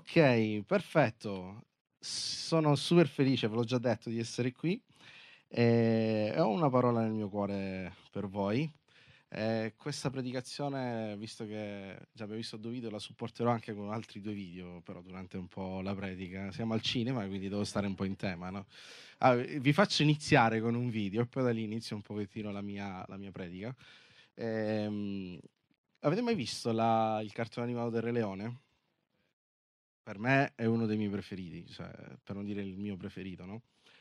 Ok, perfetto. Sono super felice, ve l'ho già detto, di essere qui. E ho una parola nel mio cuore per voi. Questa predicazione, visto che già abbiamo visto 2 video, la supporterò anche con altri 2 video, però durante un po' la predica. Siamo al cinema, quindi devo stare un po' in tema, no? Vi faccio iniziare con un video e poi da lì inizio un pochettino la mia predica. Avete mai visto il cartone animato del Re Leone? Per me è uno dei miei preferiti, cioè, per non dire il mio preferito, no?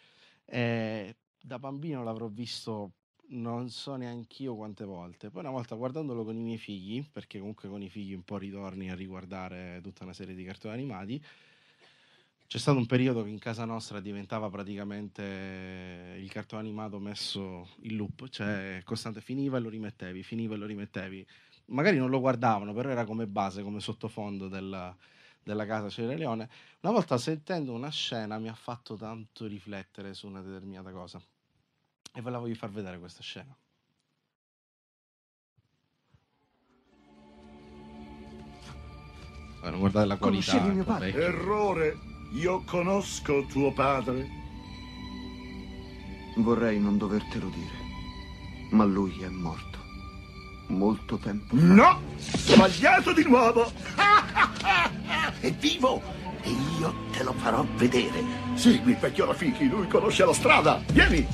Da bambino l'avrò visto non so neanch'io quante volte. Poi una volta guardandolo con i miei figli, perché comunque con i figli un po' ritorni a riguardare tutta una serie di cartoni animati, c'è stato un periodo che in casa nostra diventava praticamente il cartone animato messo in loop, cioè costante, finiva e lo rimettevi, finiva e lo rimettevi. Magari non lo guardavano, però era come base, come sottofondo della casa c'era il leone. Una volta sentendo una scena mi ha fatto tanto riflettere su una determinata cosa e ve la voglio far vedere questa scena. Allora, guardate la qualità. Conoscevi mio padre? Errore! Io conosco tuo padre. Vorrei non dovertelo dire, ma lui è morto molto tempo fa. No! Sbagliato di nuovo! È vivo! E io te lo farò vedere. Segui il vecchio Rafiki, lui conosce la strada. Vieni!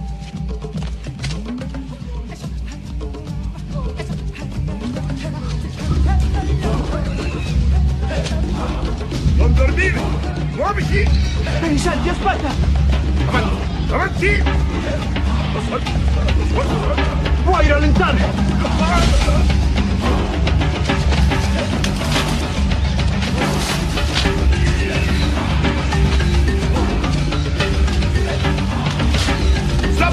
Non dormire! Muoviti! Ehi, senti, aspetta! Avanti! Avanti! Puoi rallentare! Stop!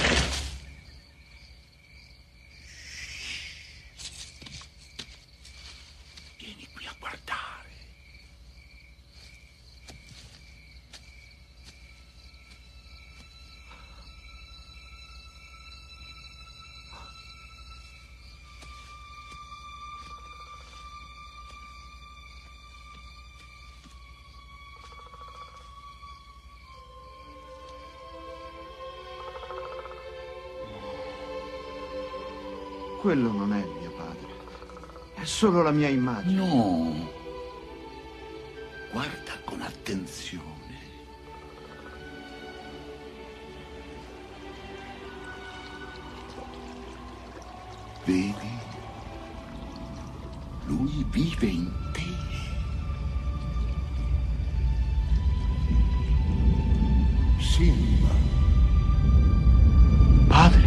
Vieni qui a guardare. Quello non è mio padre. È solo la mia immagine. No. Guarda con attenzione. Vedi? Lui vive in te. Simba. Padre?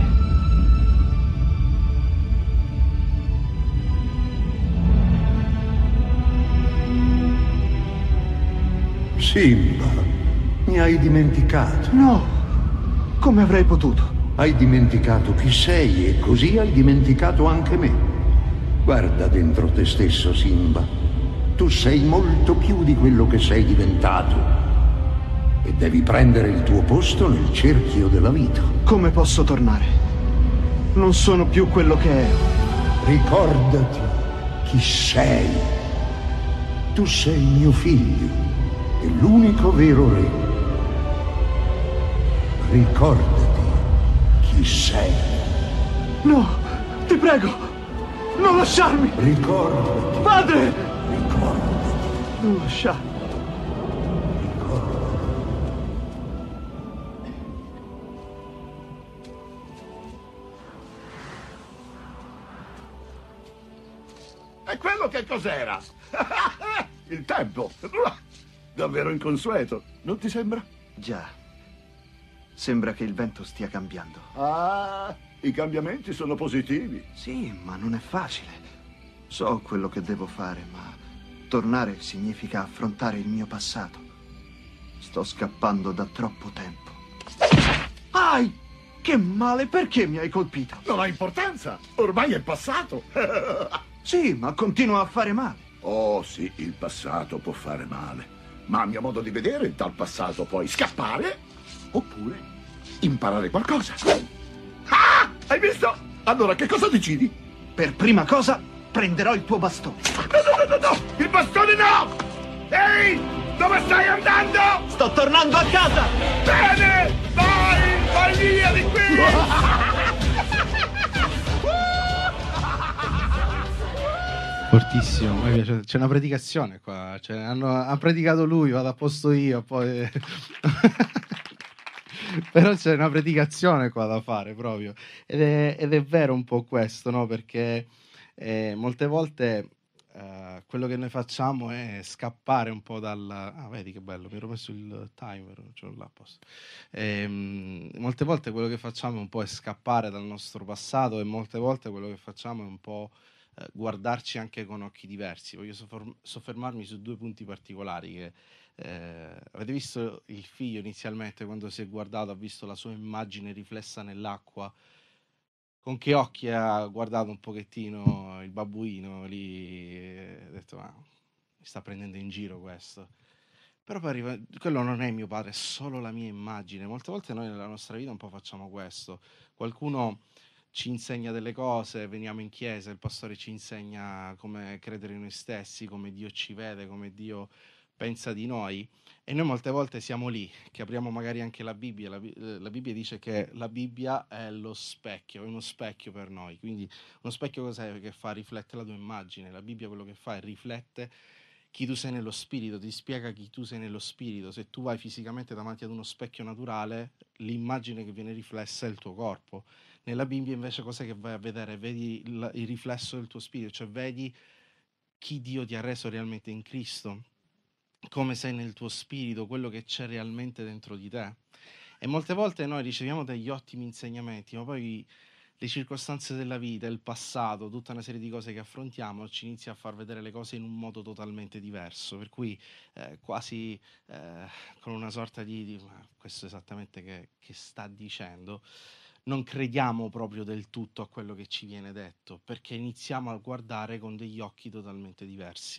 Simba, mi hai dimenticato. No! Come avrei potuto? Hai dimenticato chi sei e così hai dimenticato anche me. Guarda dentro te stesso, Simba. Tu sei molto più di quello che sei diventato. E devi prendere il tuo posto nel cerchio della vita. Come posso tornare? Non sono più quello che ero. Ricordati chi sei. Tu sei mio figlio e l'unico vero re. Ricordati chi sei. No! Ti prego! Non lasciarmi! Ricordati. Padre! Ricordati. Non lasciarmi. E quello che cos'era? Il tempo. Davvero inconsueto, non ti sembra? Già. Sembra che il vento stia cambiando. Ah, i cambiamenti sono positivi. Sì, ma non è facile. So quello che devo fare, ma tornare significa affrontare il mio passato. Sto scappando da troppo tempo. Ai! Che male, perché mi hai colpito? Non ha importanza, ormai è passato. Sì, ma continua a fare male. Oh sì, il passato può fare male, ma a mio modo di vedere dal passato puoi scappare oppure imparare qualcosa. Ah! Hai visto? Allora che cosa decidi? Per prima cosa prenderò il tuo bastone. No! Il bastone no! Ehi! Dove stai andando? Sto tornando a casa! Bene! Vai via di qui! Fortissimo, mi piace. C'è una predicazione qua, cioè, ha predicato lui, vado a posto io, poi... Però c'è una predicazione qua da fare proprio, ed è vero un po' questo, no? Perché molte volte quello che noi facciamo è scappare un po' dal... Ah, vedi che bello, mi ero messo il timer, ce l'ho là a posto. Molte volte quello che facciamo un po' è scappare dal nostro passato, e molte volte quello che facciamo è un po' guardarci anche con occhi diversi. Voglio soffermarmi su due punti particolari che avete visto il figlio inizialmente, quando si è guardato, ha visto la sua immagine riflessa nell'acqua. Con che occhi ha guardato un pochettino il babbuino lì e ha detto: ma mi sta prendendo in giro questo. Però poi arriva, quello non è mio padre, è solo la mia immagine. Molte volte noi nella nostra vita un po' facciamo questo. Qualcuno ci insegna delle cose, veniamo in chiesa, il pastore ci insegna come credere in noi stessi, come Dio ci vede, come Dio pensa di noi, e noi molte volte siamo lì, che apriamo magari anche la Bibbia. La Bibbia dice che la Bibbia è lo specchio, è uno specchio per noi. Quindi uno specchio cos'è? Che fa? Riflette la tua immagine. La Bibbia quello che fa è riflette chi tu sei nello spirito, ti spiega chi tu sei nello spirito. Se tu vai fisicamente davanti ad uno specchio naturale, l'immagine che viene riflessa è il tuo corpo. Nella Bibbia invece cos'è che vai a vedere? Vedi il riflesso del tuo spirito, cioè vedi chi Dio ti ha reso realmente in Cristo, come sei nel tuo spirito, quello che c'è realmente dentro di te. E molte volte noi riceviamo degli ottimi insegnamenti, ma poi le circostanze della vita, il passato, tutta una serie di cose che affrontiamo ci inizia a far vedere le cose in un modo totalmente diverso, per cui quasi con una sorta di "Ma questo esattamente che sta dicendo?", non crediamo proprio del tutto a quello che ci viene detto, perché iniziamo a guardare con degli occhi totalmente diversi.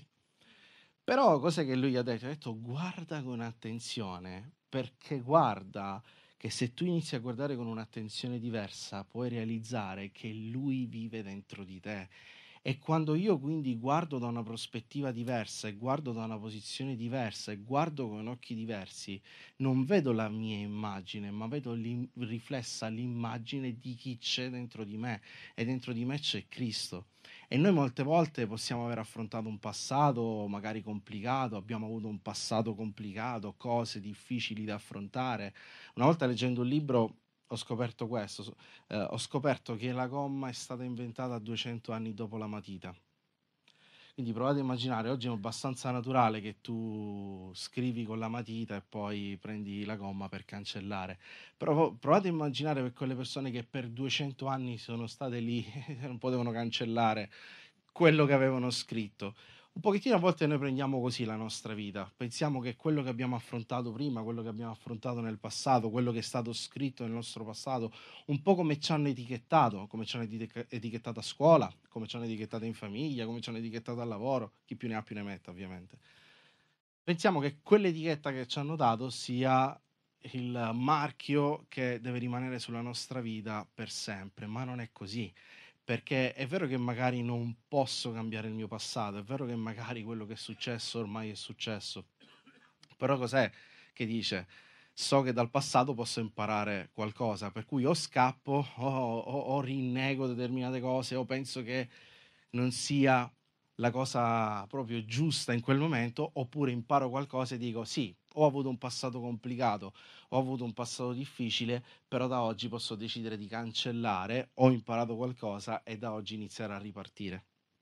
Però cos'è che lui ha detto? Ha detto: guarda con attenzione, perché guarda che se tu inizi a guardare con un'attenzione diversa, puoi realizzare che lui vive dentro di te. E quando io quindi guardo da una prospettiva diversa, e guardo da una posizione diversa, e guardo con occhi diversi, non vedo la mia immagine, ma vedo riflessa l'immagine di chi c'è dentro di me, e dentro di me c'è Cristo. E noi molte volte possiamo aver affrontato un passato magari complicato, abbiamo avuto un passato complicato, cose difficili da affrontare. Una volta leggendo un libro ho scoperto questo, ho scoperto che la gomma è stata inventata 200 anni dopo la matita. Quindi provate a immaginare, oggi è abbastanza naturale che tu scrivi con la matita e poi prendi la gomma per cancellare. Però provate a immaginare per quelle persone che per 200 anni sono state lì e non potevano cancellare quello che avevano scritto. Un pochettino a volte noi prendiamo così la nostra vita, pensiamo che quello che abbiamo affrontato prima, quello che abbiamo affrontato nel passato, quello che è stato scritto nel nostro passato, un po' come ci hanno etichettato, come ci hanno etichettato a scuola, come ci hanno etichettato in famiglia, come ci hanno etichettato al lavoro, chi più ne ha più ne metta ovviamente. Pensiamo che quell'etichetta che ci hanno dato sia il marchio che deve rimanere sulla nostra vita per sempre, ma non è così. Perché è vero che magari non posso cambiare il mio passato, è vero che magari quello che è successo ormai è successo, però cos'è che dice? So che dal passato posso imparare qualcosa, per cui o scappo o rinnego determinate cose, o penso che non sia la cosa proprio giusta in quel momento, oppure imparo qualcosa e dico sì, ho avuto un passato complicato, ho avuto un passato difficile, però da oggi posso decidere di cancellare, ho imparato qualcosa e da oggi iniziare a ripartire.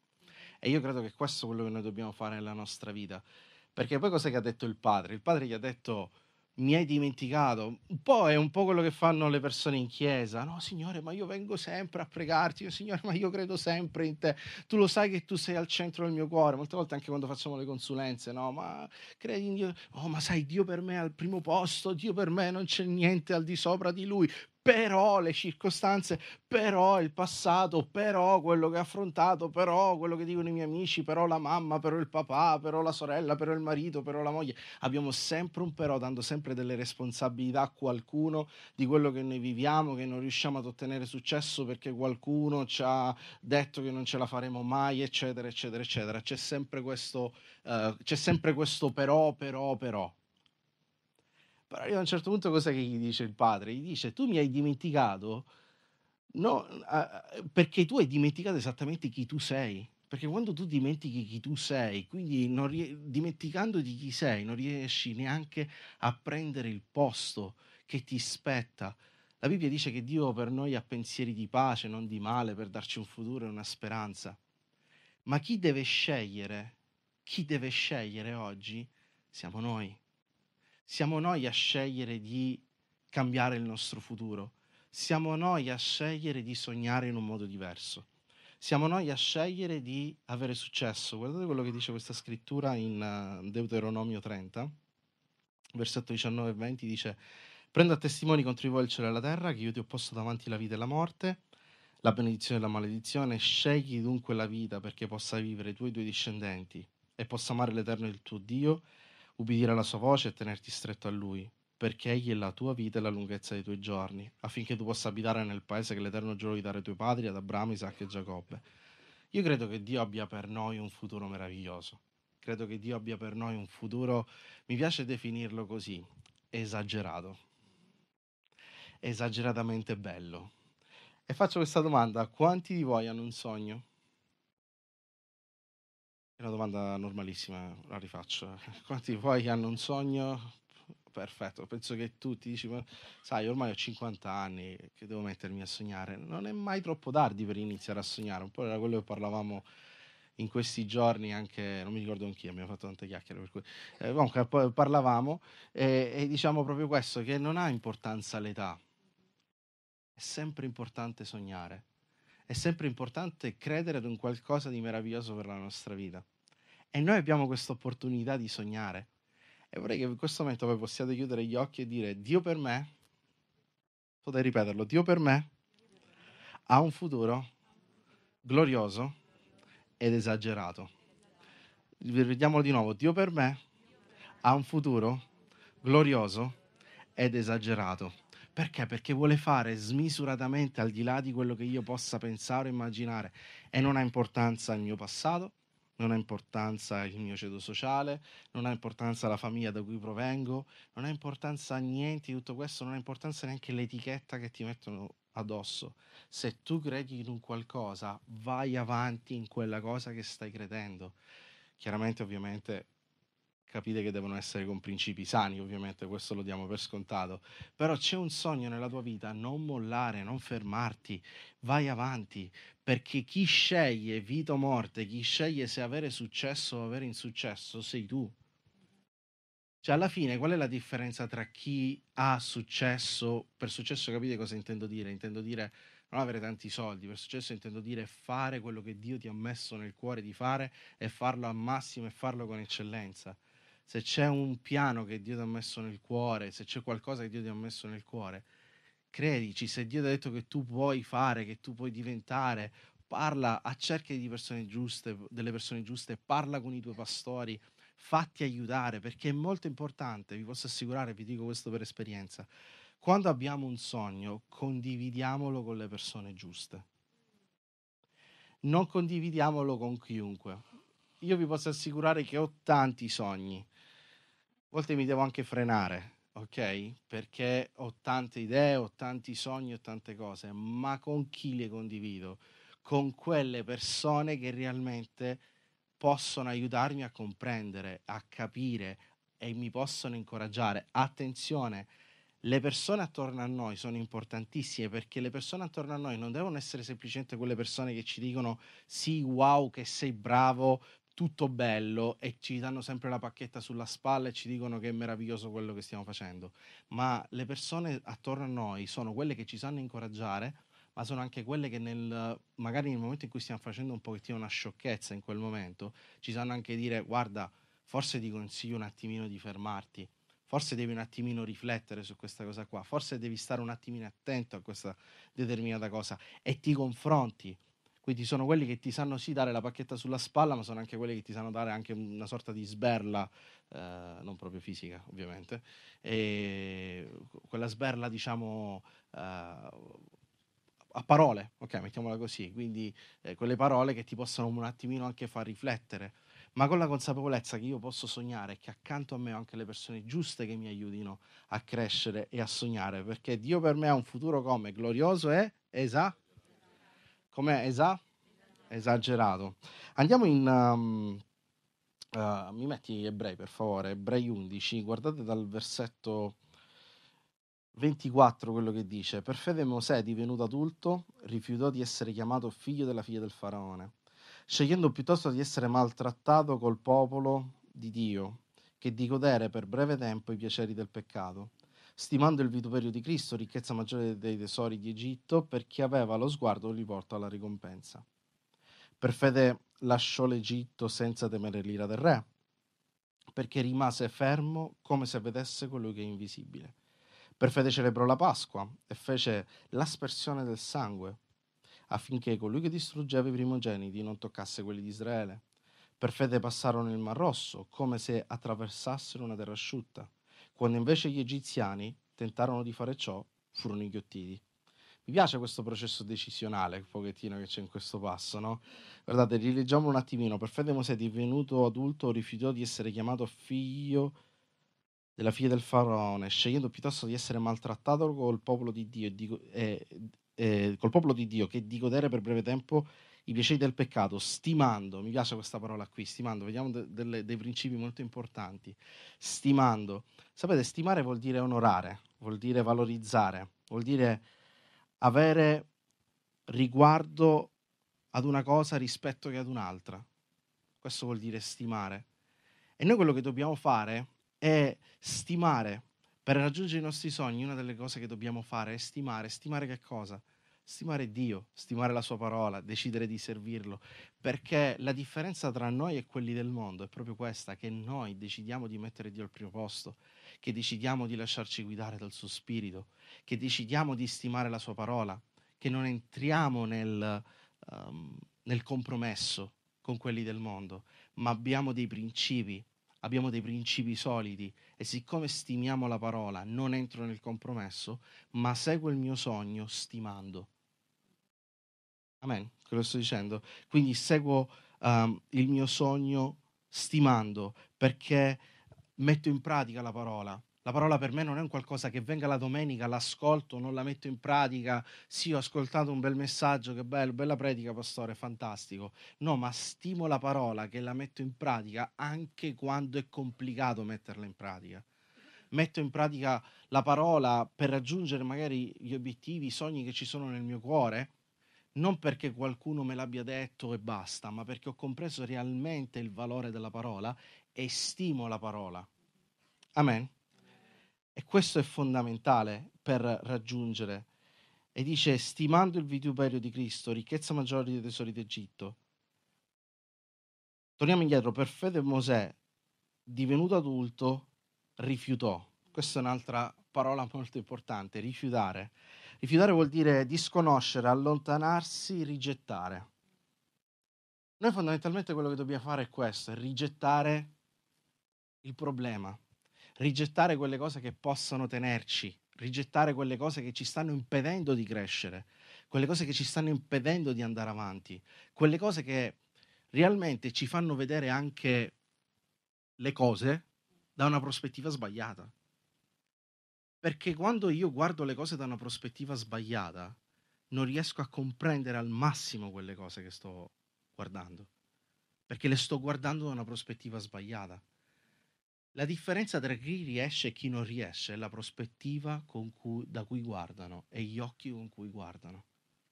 E io credo che questo è quello che noi dobbiamo fare nella nostra vita. Perché poi cos'è che ha detto il padre? Il padre gli ha detto: mi hai dimenticato? Un po' è un po' quello che fanno le persone in chiesa. No, Signore, ma io vengo sempre a pregarti. Signore, ma io credo sempre in te. Tu lo sai che tu sei al centro del mio cuore. Molte volte anche quando facciamo le consulenze, no? Ma credi in Dio? Oh, ma sai, Dio per me è al primo posto. Dio per me non c'è niente al di sopra di Lui. però le circostanze, però il passato, però quello che ho affrontato, però quello che dicono i miei amici, però la mamma, però il papà, però la sorella, però il marito, però la moglie. Abbiamo sempre un però, dando sempre delle responsabilità a qualcuno di quello che noi viviamo, che non riusciamo ad ottenere successo perché qualcuno ci ha detto che non ce la faremo mai, eccetera, eccetera, eccetera. C'è sempre questo però, però, però. Però a un certo punto cos'è che gli dice il padre? Gli dice: tu mi hai dimenticato, no, perché tu hai dimenticato esattamente chi tu sei. Perché quando tu dimentichi chi tu sei, quindi dimenticandoti chi sei, non riesci neanche a prendere il posto che ti spetta. La Bibbia dice che Dio per noi ha pensieri di pace, non di male, per darci un futuro e una speranza. Ma chi deve scegliere? Chi deve scegliere oggi? Siamo noi. Siamo noi a scegliere di cambiare il nostro futuro. Siamo noi a scegliere di sognare in un modo diverso. Siamo noi a scegliere di avere successo. Guardate quello che dice questa scrittura in Deuteronomio 30, versetto 19 e 20, dice: prendo a testimoni contro di voi il cielo e la terra, che io ti ho posto davanti la vita e la morte, la benedizione e la maledizione. Scegli dunque la vita perché possa vivere tu e i tuoi discendenti e possa amare l'Eterno il tuo Dio, ubbidire alla sua voce e tenerti stretto a Lui, perché Egli è la tua vita e la lunghezza dei tuoi giorni, affinché tu possa abitare nel paese che l'Eterno giurò di dare ai tuoi padri, ad Abramo, Isacco e Giacobbe. Io credo che Dio abbia per noi un futuro meraviglioso. Credo che Dio abbia per noi un futuro, mi piace definirlo così, esagerato, esageratamente bello. E faccio questa domanda: quanti di voi hanno un sogno? È una domanda normalissima, la rifaccio. Quanti di voi hanno un sogno? Perfetto, penso che tutti dici: "Ma sai, ormai ho 50 anni, che devo mettermi a sognare?" Non è mai troppo tardi per iniziare a sognare, un po' era quello che parlavamo in questi giorni, anche, non mi ricordo con chi, abbiamo fatto tante chiacchiere, per cui comunque poi parlavamo e diciamo proprio questo, che non ha importanza l'età, è sempre importante sognare. È sempre importante credere ad un qualcosa di meraviglioso per la nostra vita. E noi abbiamo questa opportunità di sognare. E vorrei che in questo momento voi possiate chiudere gli occhi e dire: Dio per me, potete ripeterlo, Dio per me ha un futuro glorioso ed esagerato. Vediamolo di nuovo, Dio per me ha un futuro glorioso ed esagerato. Perché? Perché vuole fare smisuratamente al di là di quello che io possa pensare o immaginare. E non ha importanza il mio passato, non ha importanza il mio ceto sociale, non ha importanza la famiglia da cui provengo, non ha importanza niente di tutto questo, non ha importanza neanche l'etichetta che ti mettono addosso. Se tu credi in un qualcosa, vai avanti in quella cosa che stai credendo. Chiaramente, ovviamente, capite che devono essere con principi sani, ovviamente, questo lo diamo per scontato, però c'è un sogno nella tua vita, non mollare, non fermarti, vai avanti, perché chi sceglie vita o morte, chi sceglie se avere successo o avere insuccesso, sei tu. Cioè, alla fine, qual è la differenza tra chi ha successo? Per successo capite cosa intendo dire? Intendo dire non avere tanti soldi, per successo intendo dire fare quello che Dio ti ha messo nel cuore di fare e farlo al massimo e farlo con eccellenza. Se c'è un piano che Dio ti ha messo nel cuore, se c'è qualcosa che Dio ti ha messo nel cuore, credici, se Dio ti ha detto che tu puoi fare, che tu puoi diventare, parla, accerchiati di persone giuste, delle persone giuste, parla con i tuoi pastori, fatti aiutare, perché è molto importante, vi posso assicurare, vi dico questo per esperienza, quando abbiamo un sogno, condividiamolo con le persone giuste. Non condividiamolo con chiunque. Io vi posso assicurare che ho tanti sogni. A volte mi devo anche frenare, ok? Perché ho tante idee, ho tanti sogni, ho tante cose, ma con chi le condivido? Con quelle persone che realmente possono aiutarmi a comprendere, a capire e mi possono incoraggiare. Attenzione, le persone attorno a noi sono importantissime, perché le persone attorno a noi non devono essere semplicemente quelle persone che ci dicono sì, wow, che sei bravo, tutto bello, e ci danno sempre la pacchetta sulla spalla e ci dicono che è meraviglioso quello che stiamo facendo. Ma le persone attorno a noi sono quelle che ci sanno incoraggiare, ma sono anche quelle che magari nel momento in cui stiamo facendo un pochettino una sciocchezza in quel momento, ci sanno anche dire: guarda, forse ti consiglio un attimino di fermarti, forse devi un attimino riflettere su questa cosa qua, forse devi stare un attimino attento a questa determinata cosa e ti confronti. Quindi sono quelli che ti sanno sì dare la pacchetta sulla spalla, ma sono anche quelli che ti sanno dare anche una sorta di sberla, non proprio fisica ovviamente, e quella sberla diciamo a parole, ok, mettiamola così, quindi quelle parole che ti possono un attimino anche far riflettere, ma con la consapevolezza che io posso sognare e che accanto a me ho anche le persone giuste che mi aiutino a crescere e a sognare, perché Dio per me ha un futuro come glorioso e come esagerato. Andiamo in mi metti Ebrei per favore, Ebrei 11, guardate dal versetto 24 quello che dice: per fede Mosè, divenuto adulto, rifiutò di essere chiamato figlio della figlia del faraone, scegliendo piuttosto di essere maltrattato col popolo di Dio che di godere per breve tempo i piaceri del peccato, stimando il vituperio di Cristo ricchezza maggiore dei tesori di Egitto, perché aveva lo sguardo rivolto alla ricompensa. Per fede lasciò l'Egitto senza temere l'ira del re, perché rimase fermo come se vedesse colui che è invisibile. Per fede celebrò la Pasqua e fece l'aspersione del sangue, affinché colui che distruggeva i primogeniti non toccasse quelli di Israele. Per fede passarono il Mar Rosso, come se attraversassero una terra asciutta, quando invece gli egiziani tentarono di fare ciò, furono inghiottiti. Mi piace questo processo decisionale, un pochettino che c'è in questo passo, no? Guardate, rileggiamo un attimino. Per fede Mosè, divenuto adulto, rifiutò di essere chiamato figlio della figlia del faraone, scegliendo piuttosto di essere maltrattato col popolo di Dio, col popolo di Dio, che di godere per breve tempo i piaceri del peccato, stimando, mi piace questa parola qui, stimando, vediamo dei principi molto importanti, stimando. Sapete, stimare vuol dire onorare, vuol dire valorizzare, vuol dire avere riguardo ad una cosa rispetto che ad un'altra. Questo vuol dire stimare. E noi quello che dobbiamo fare è stimare. Per raggiungere i nostri sogni, una delle cose che dobbiamo fare è stimare. Stimare che cosa? Stimare Dio, stimare la sua parola, decidere di servirlo. Perché la differenza tra noi e quelli del mondo è proprio questa, che noi decidiamo di mettere Dio al primo posto, che decidiamo di lasciarci guidare dal suo spirito, che decidiamo di stimare la sua parola, che non entriamo nel compromesso con quelli del mondo, ma abbiamo dei principi solidi e siccome stimiamo la parola, non entro nel compromesso, ma seguo il mio sogno stimando. Amen, quello sto dicendo. Quindi seguo il mio sogno stimando, perché metto in pratica la parola. La parola per me non è un qualcosa che venga la domenica, l'ascolto, non la metto in pratica. Sì, ho ascoltato un bel messaggio, che bello, bella predica, pastore, fantastico. No, ma stimo la parola, che la metto in pratica anche quando è complicato metterla in pratica. Metto in pratica la parola per raggiungere magari gli obiettivi, i sogni che ci sono nel mio cuore, non perché qualcuno me l'abbia detto e basta, ma perché ho compreso realmente il valore della parola e stimo la parola. Amen. E questo è fondamentale per raggiungere. E dice, stimando il vituperio di Cristo, ricchezza maggiore dei tesori d'Egitto. Torniamo indietro, per fede Mosè, divenuto adulto, rifiutò. Questa è un'altra parola molto importante, rifiutare. Rifiutare vuol dire disconoscere, allontanarsi, rigettare. Noi fondamentalmente quello che dobbiamo fare è questo, è rigettare il problema, rigettare quelle cose che possono tenerci, rigettare quelle cose che ci stanno impedendo di crescere, quelle cose che ci stanno impedendo di andare avanti, quelle cose che realmente ci fanno vedere anche le cose da una prospettiva sbagliata. Perché quando io guardo le cose da una prospettiva sbagliata, non riesco a comprendere al massimo quelle cose che sto guardando, perché le sto guardando da una prospettiva sbagliata. La differenza tra chi riesce e chi non riesce è la prospettiva da cui guardano e gli occhi con cui guardano.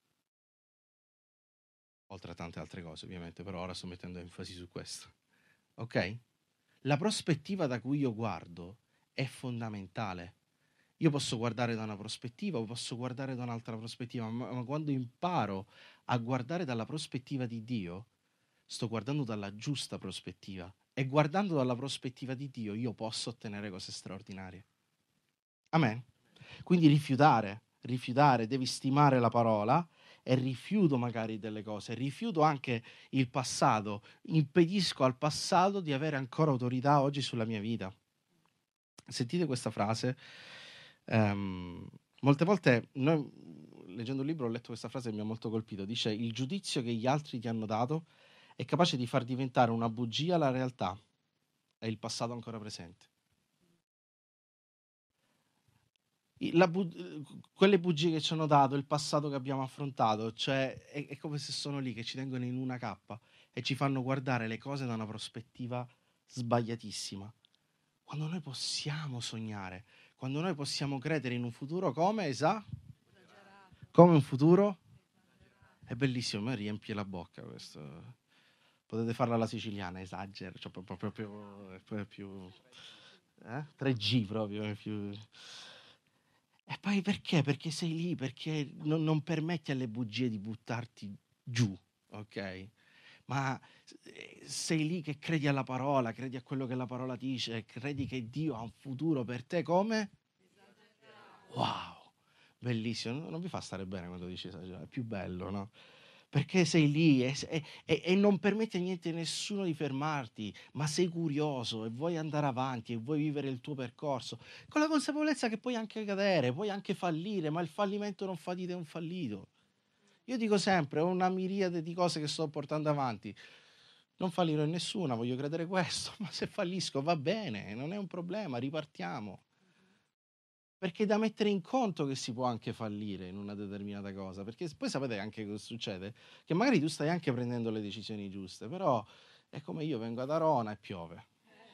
Oltre a tante altre cose, ovviamente, però ora sto mettendo enfasi su questo. Ok? La prospettiva da cui io guardo è fondamentale. Io posso guardare da una prospettiva o posso guardare da un'altra prospettiva, ma quando imparo a guardare dalla prospettiva di Dio, sto guardando dalla giusta prospettiva E guardando dalla prospettiva di Dio, io posso ottenere cose straordinarie. Amen. Quindi rifiutare, devi stimare la parola e rifiuto magari delle cose, rifiuto anche il passato, impedisco al passato di avere ancora autorità oggi sulla mia vita. Sentite questa frase, molte volte, leggendo un libro ho letto questa frase e mi ha molto colpito, dice: il giudizio che gli altri ti hanno dato è capace di far diventare una bugia la realtà e il passato ancora presente. Quelle bugie che ci hanno dato, il passato che abbiamo affrontato, cioè è come se sono lì che ci tengono in una cappa e ci fanno guardare le cose da una prospettiva sbagliatissima. Quando noi possiamo sognare, quando noi possiamo credere in un futuro come un futuro, è bellissimo, a me riempie la bocca questo. Potete farla alla siciliana, esagero, cioè proprio più 3G proprio, più. E poi perché? Perché sei lì, perché non permetti alle bugie di buttarti giù, ok? Ma sei lì che credi alla parola, credi a quello che la parola dice, credi che Dio ha un futuro per te come? Wow, bellissimo, non vi fa stare bene quando dici esagerato, è più bello, no? Perché sei lì e non permetti a niente e nessuno di fermarti, ma sei curioso e vuoi andare avanti e vuoi vivere il tuo percorso, con la consapevolezza che puoi anche cadere, puoi anche fallire, ma il fallimento non fa di te un fallito. Io dico sempre, ho una miriade di cose che sto portando avanti, non fallirò in nessuna, voglio credere questo, ma se fallisco va bene, non è un problema, ripartiamo. Perché è da mettere in conto che si può anche fallire in una determinata cosa, perché poi sapete anche cosa succede? Che magari tu stai anche prendendo le decisioni giuste, però è come io vengo ad Arona e piove.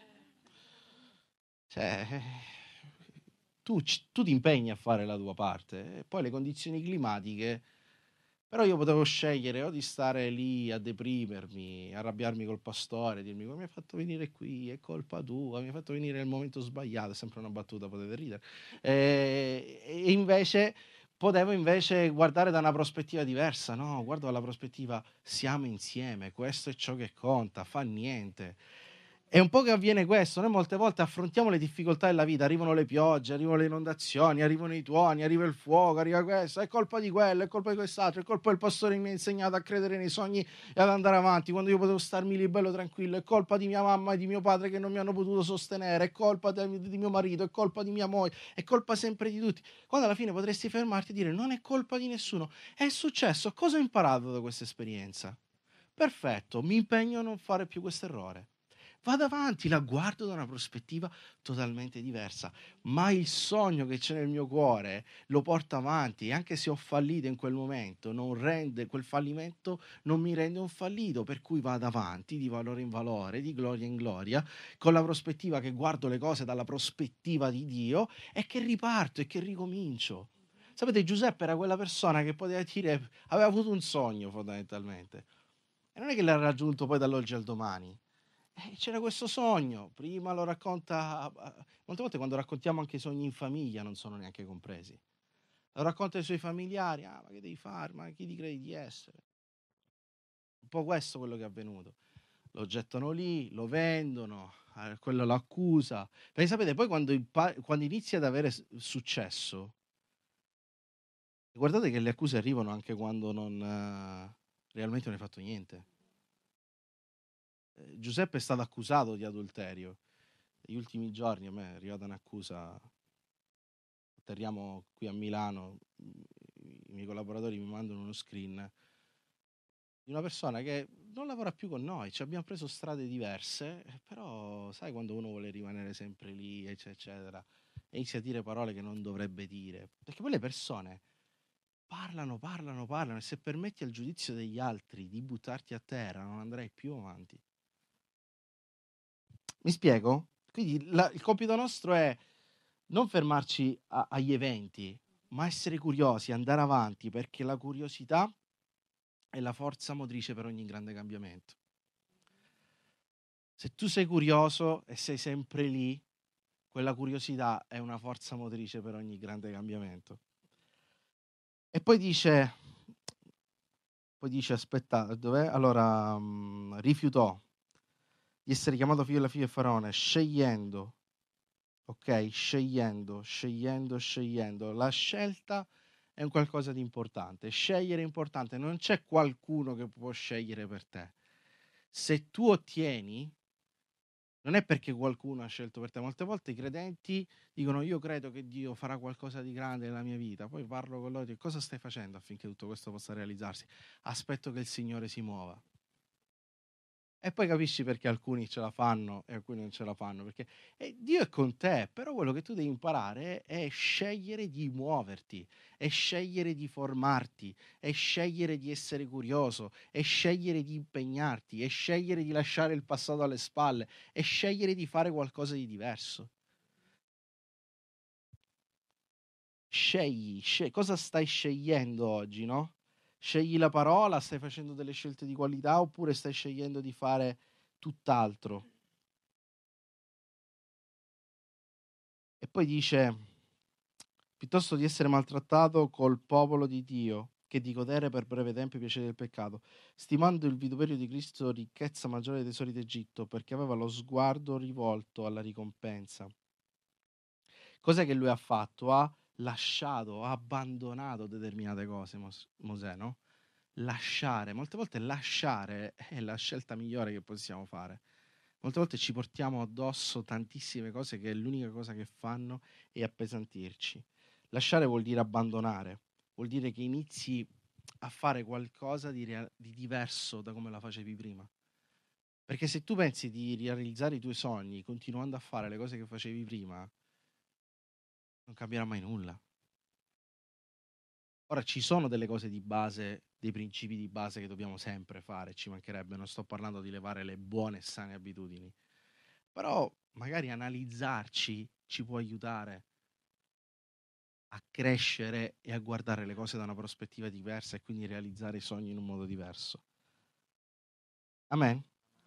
Cioè, tu ti impegni a fare la tua parte, e poi le condizioni climatiche. Però io potevo scegliere o di stare lì a deprimermi, arrabbiarmi col pastore, dirmi: come mi hai fatto venire qui, è colpa tua, mi hai fatto venire nel momento sbagliato, è sempre una battuta, potete ridere. E invece potevo guardare da una prospettiva diversa, no? Guardo dalla prospettiva: siamo insieme, questo è ciò che conta, fa niente. È un po' che avviene questo, noi molte volte affrontiamo le difficoltà della vita, arrivano le piogge, arrivano le inondazioni, arrivano i tuoni, arriva il fuoco, arriva questo, è colpa di quello, è colpa di quest'altro, è colpa del pastore che mi ha insegnato a credere nei sogni e ad andare avanti quando io potevo starmi lì bello tranquillo, è colpa di mia mamma e di mio padre che non mi hanno potuto sostenere, è colpa di mio marito, è colpa di mia moglie, è colpa sempre di tutti, quando alla fine potresti fermarti e dire: non è colpa di nessuno, è successo, cosa ho imparato da questa esperienza? Perfetto, mi impegno a non fare più questo errore. Vado avanti, la guardo da una prospettiva totalmente diversa, ma il sogno che c'è nel mio cuore lo porto avanti e anche se ho fallito in quel momento, quel fallimento non mi rende un fallito, per cui vado avanti di valore in valore, di gloria in gloria, con la prospettiva che guardo le cose dalla prospettiva di Dio e che riparto e che ricomincio. Sapete, Giuseppe era quella persona che poteva dire, aveva avuto un sogno fondamentalmente, e non è che l'ha raggiunto poi dall'oggi al domani. C'era questo sogno, prima lo racconta, molte volte quando raccontiamo anche i sogni in famiglia non sono neanche compresi. Lo racconta ai suoi familiari: ma che devi fare? Ma chi ti credi di essere? Un po' questo è quello che è avvenuto. Lo gettano lì, lo vendono, quello lo accusa. Perché sapete, poi quando inizia ad avere successo, guardate che le accuse arrivano anche quando realmente non hai fatto niente. Giuseppe è stato accusato di adulterio. Negli ultimi giorni a me è arrivata un'accusa, atterriamo qui a Milano, i miei collaboratori mi mandano uno screen di una persona che non lavora più con noi, ci abbiamo preso strade diverse, però sai quando uno vuole rimanere sempre lì, eccetera, e inizia a dire parole che non dovrebbe dire, perché poi le persone parlano, e se permetti al giudizio degli altri di buttarti a terra non andrai più avanti. Mi spiego? Quindi il compito nostro è non fermarci agli eventi, ma essere curiosi, andare avanti, perché la curiosità è la forza motrice per ogni grande cambiamento. Se tu sei curioso e sei sempre lì, quella curiosità è una forza motrice per ogni grande cambiamento. E poi dice, aspetta, dov'è? Allora, rifiutò di essere chiamato figlio della figlia di Faraone, scegliendo, ok? Scegliendo. La scelta è un qualcosa di importante. Scegliere è importante. Non c'è qualcuno che può scegliere per te. Se tu ottieni, non è perché qualcuno ha scelto per te. Molte volte i credenti dicono: io credo che Dio farà qualcosa di grande nella mia vita. Poi parlo con loro e dico: cosa stai facendo affinché tutto questo possa realizzarsi? Aspetto che il Signore si muova. E poi capisci perché alcuni ce la fanno e alcuni non ce la fanno, perché Dio è con te, però quello che tu devi imparare è scegliere di muoverti, è scegliere di formarti, è scegliere di essere curioso, è scegliere di impegnarti, è scegliere di lasciare il passato alle spalle, è scegliere di fare qualcosa di diverso. Scegli, cosa stai scegliendo oggi, no? Scegli la parola, stai facendo delle scelte di qualità oppure stai scegliendo di fare tutt'altro? E poi dice: piuttosto di essere maltrattato col popolo di Dio, che di godere per breve tempo i piaceri del peccato, stimando il vituperio di Cristo ricchezza maggiore dei tesori d'Egitto, perché aveva lo sguardo rivolto alla ricompensa. Cos'è che lui ha fatto? Ha lasciato, ha abbandonato determinate cose, Mosè, no? Lasciare, molte volte lasciare è la scelta migliore che possiamo fare. Molte volte ci portiamo addosso tantissime cose che l'unica cosa che fanno è appesantirci. Lasciare vuol dire abbandonare, vuol dire che inizi a fare qualcosa di diverso da come la facevi prima. Perché se tu pensi di realizzare i tuoi sogni continuando a fare le cose che facevi prima, non cambierà mai nulla. Ora ci sono delle cose di base, dei principi di base che dobbiamo sempre fare, ci mancherebbe, non sto parlando di levare le buone e sane abitudini, però magari analizzarci ci può aiutare a crescere e a guardare le cose da una prospettiva diversa e quindi realizzare i sogni in un modo diverso. Amen.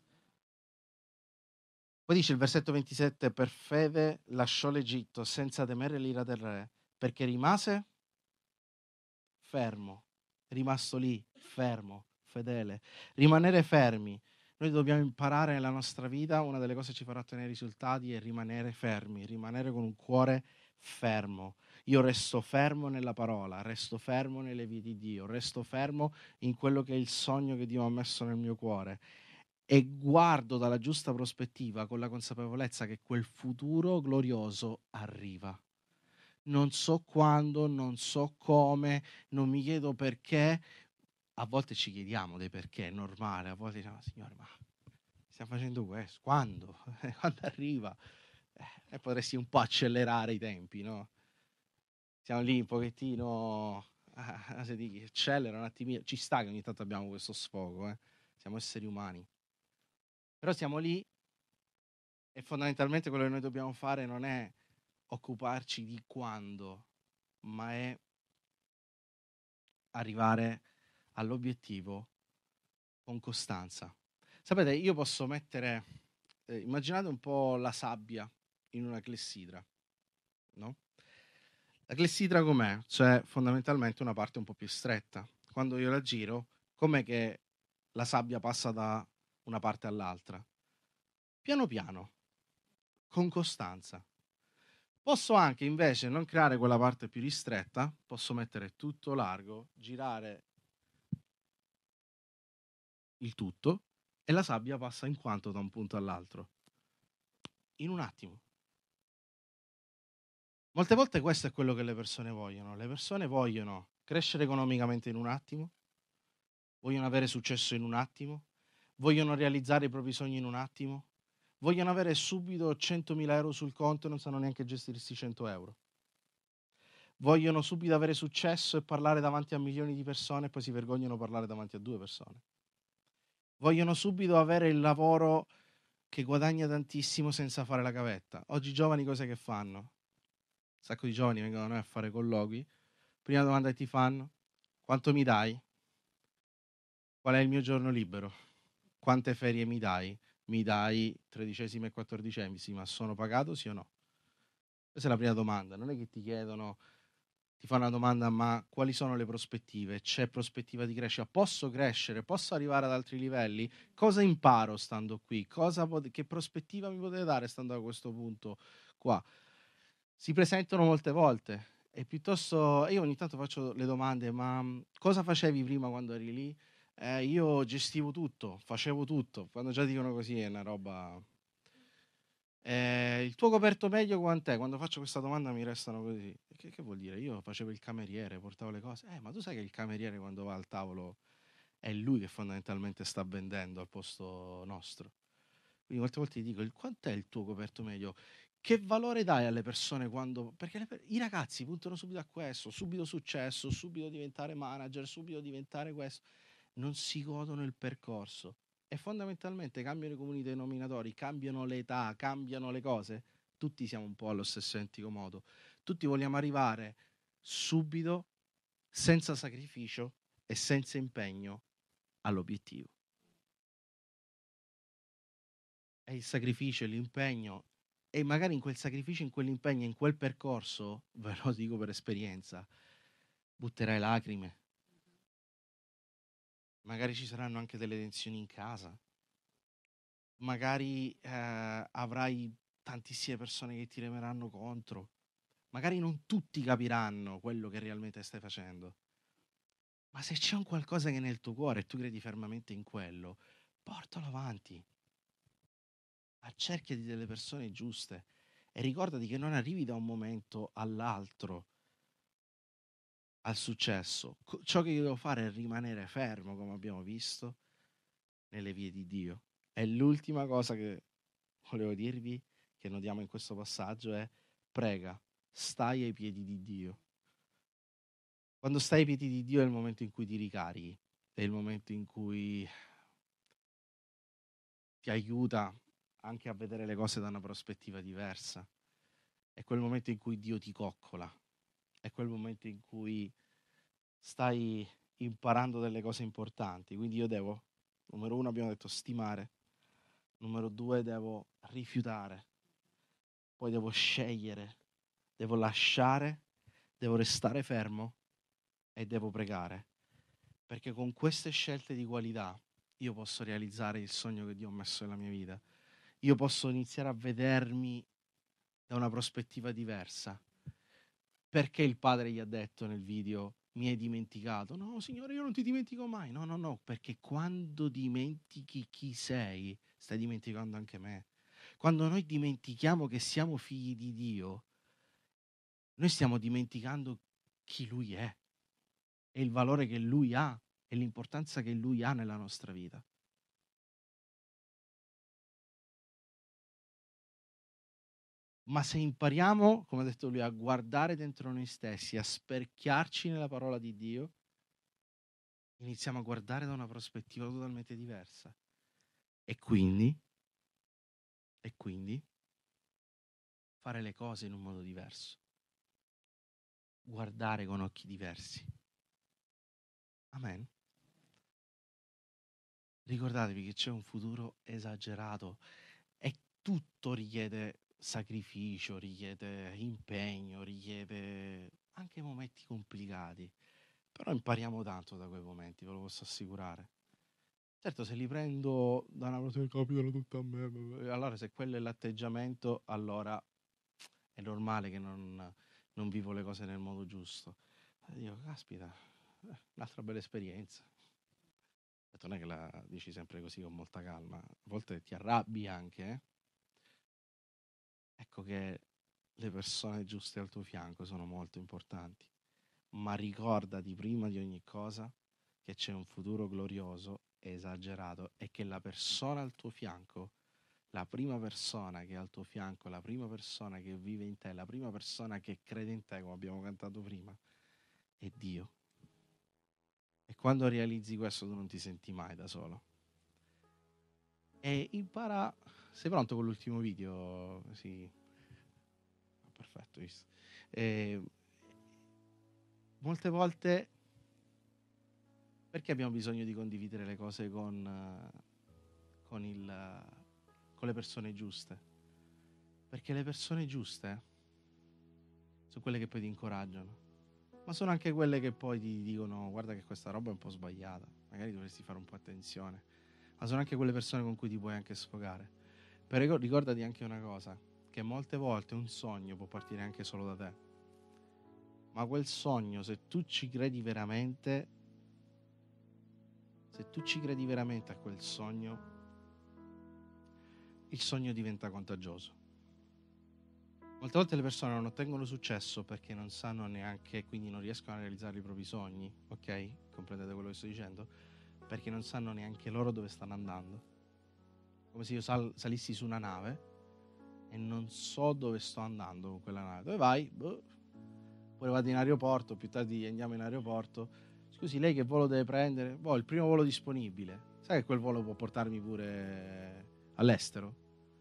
Poi dice il versetto 27: per fede lasciò l'Egitto senza temere l'ira del re, perché rimase fermo, è rimasto lì, fermo, fedele. Rimanere fermi. Noi dobbiamo imparare nella nostra vita, una delle cose che ci farà ottenere risultati è rimanere fermi, rimanere con un cuore fermo. Io resto fermo nella parola, resto fermo nelle vie di Dio, resto fermo in quello che è il sogno che Dio ha messo nel mio cuore e guardo dalla giusta prospettiva con la consapevolezza che quel futuro glorioso arriva. Non so quando, non so come, non mi chiedo perché. A volte ci chiediamo dei perché, è normale, a volte diciamo: Signore, ma stiamo facendo questo, quando? Quando arriva? E potresti un po' accelerare i tempi, no? Siamo lì un pochettino, se ti accelera un attimino, ci sta che ogni tanto abbiamo questo sfogo, siamo esseri umani. Però siamo lì e fondamentalmente quello che noi dobbiamo fare non è occuparci di quando, ma è arrivare all'obiettivo con costanza. Sapete, io posso mettere, immaginate un po' la sabbia in una clessidra, no? La clessidra com'è? C'è fondamentalmente una parte un po' più stretta. Quando io la giro, com'è che la sabbia passa da una parte all'altra? Piano piano, con costanza. Posso anche invece non creare quella parte più ristretta, posso mettere tutto largo, girare il tutto e la sabbia passa in quanto da un punto all'altro. In un attimo. Molte volte questo è quello che le persone vogliono. Le persone vogliono crescere economicamente in un attimo, vogliono avere successo in un attimo, vogliono realizzare i propri sogni in un attimo, vogliono avere subito 100.000 euro sul conto e non sanno neanche gestirsi 100 euro. Vogliono subito avere successo e parlare davanti a milioni di persone e poi si vergognano a parlare davanti a 2 persone. Vogliono subito avere il lavoro che guadagna tantissimo senza fare la gavetta. Oggi i giovani cos'è che fanno? Un sacco di giovani vengono da noi a fare colloqui. Prima domanda che ti fanno: quanto mi dai? Qual è il mio giorno libero? Quante ferie mi dai? Mi dai 13esima e 14esima? Sono pagato sì o no? Questa è la prima domanda. Non è che ti chiedono ti fa una domanda: ma quali sono le prospettive? C'è prospettiva di crescita? Posso crescere? Posso arrivare ad altri livelli? Cosa imparo stando qui? Che prospettiva mi potete dare stando a questo punto qua? Si presentano molte volte e piuttosto io ogni tanto faccio le domande: ma cosa facevi prima quando eri lì? Io gestivo tutto, facevo tutto. Quando già dicono così è una roba. Il tuo coperto meglio quant'è? Quando faccio questa domanda mi restano così. Che vuol dire? Io facevo il cameriere, portavo le cose. Ma tu sai che il cameriere quando va al tavolo è lui che fondamentalmente sta vendendo al posto nostro. Quindi molte volte ti dico, quant'è il tuo coperto medio? Che valore dai alle persone quando. Perché i ragazzi puntano subito a questo, subito successo, subito diventare manager, subito diventare questo. Non si godono il percorso. E fondamentalmente cambiano i comuni denominatori, cambiano le età, cambiano le cose. Tutti siamo un po' allo stesso identico modo. Tutti vogliamo arrivare subito, senza sacrificio e senza impegno all'obiettivo. E il sacrificio e l'impegno, e magari in quel sacrificio, in quell'impegno, in quel percorso, ve lo dico per esperienza, butterai lacrime. Magari ci saranno anche delle tensioni in casa. Magari avrai tantissime persone che ti remeranno contro. Magari non tutti capiranno quello che realmente stai facendo. Ma se c'è un qualcosa che è nel tuo cuore e tu credi fermamente in quello, portalo avanti. Accerchiati delle persone giuste e ricordati che non arrivi da un momento all'altro al successo. Ciò che io devo fare è rimanere fermo, come abbiamo visto, nelle vie di Dio. E l'ultima cosa che volevo dirvi, che notiamo in questo passaggio, è: prega, stai ai piedi di Dio. Quando stai ai piedi di Dio è il momento in cui ti ricarichi, è il momento in cui ti aiuta anche a vedere le cose da una prospettiva diversa. È quel momento in cui Dio ti coccola, è quel momento in cui stai imparando delle cose importanti. Quindi io devo, numero 1 abbiamo detto stimare, numero 2 devo rifiutare, poi devo scegliere, devo lasciare, devo restare fermo e devo pregare. Perché con queste scelte di qualità io posso realizzare il sogno che Dio ha messo nella mia vita. Io posso iniziare a vedermi da una prospettiva diversa. Perché il padre gli ha detto nel video: mi hai dimenticato? No, Signore, io non ti dimentico mai. No, perché quando dimentichi chi sei, stai dimenticando anche me. Quando noi dimentichiamo che siamo figli di Dio, noi stiamo dimenticando chi Lui è e il valore che Lui ha e l'importanza che Lui ha nella nostra vita. Ma se impariamo, come ha detto lui, a guardare dentro noi stessi, a specchiarci nella parola di Dio, iniziamo a guardare da una prospettiva totalmente diversa. E quindi fare le cose in un modo diverso. Guardare con occhi diversi. Amen. Ricordatevi che c'è un futuro esagerato e tutto richiede sacrificio, richiede impegno, richiede anche momenti complicati. Però impariamo tanto da quei momenti, ve lo posso assicurare. Certo, se li prendo da una cosa che capitano tutto a me, allora se quello è l'atteggiamento, allora è normale che non vivo le cose nel modo giusto. E dico, caspita, un'altra bella esperienza. Non è che la dici sempre così con molta calma, a volte ti arrabbi anche. Ecco che le persone giuste al tuo fianco sono molto importanti, ma ricordati prima di ogni cosa che c'è un futuro glorioso, esagerato, e che la persona al tuo fianco, la prima persona che è al tuo fianco, la prima persona che vive in te, la prima persona che crede in te, come abbiamo cantato prima, è Dio. E quando realizzi questo tu non ti senti mai da solo. E impara. Sei pronto con l'ultimo video? Sì. Perfetto, visto. Molte volte perché abbiamo bisogno di condividere le cose con le persone giuste? Perché le persone giuste sono quelle che poi ti incoraggiano. ma sono anche quelle che poi ti dicono guarda che questa roba è un po' sbagliata, magari dovresti fare un po' attenzione, ma sono anche quelle persone con cui ti puoi anche sfogare. Però ricordati anche una cosa, che molte volte un sogno può partire anche solo da te, ma quel sogno, se tu ci credi veramente a quel sogno, il sogno diventa contagioso. Molte volte le persone non ottengono successo perché non sanno neanche, quindi non riescono a realizzare i propri sogni, ok? Comprendete quello che sto dicendo? Perché non sanno neanche loro dove stanno andando. Come se io salissi su una nave e non so dove sto andando con quella nave. Dove vai? Boh. Poi vado in aeroporto, più tardi andiamo in aeroporto. Scusi, lei che volo deve prendere? Boh, il primo volo disponibile. Sai che quel volo può portarmi pure all'estero?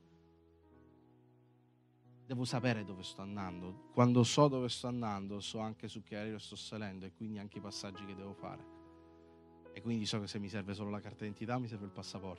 Devo sapere dove sto andando. Quando so dove sto andando, so anche su che aereo sto salendo e quindi anche i passaggi che devo fare. E quindi so che se mi serve solo la carta d'identità, mi serve il passaporto.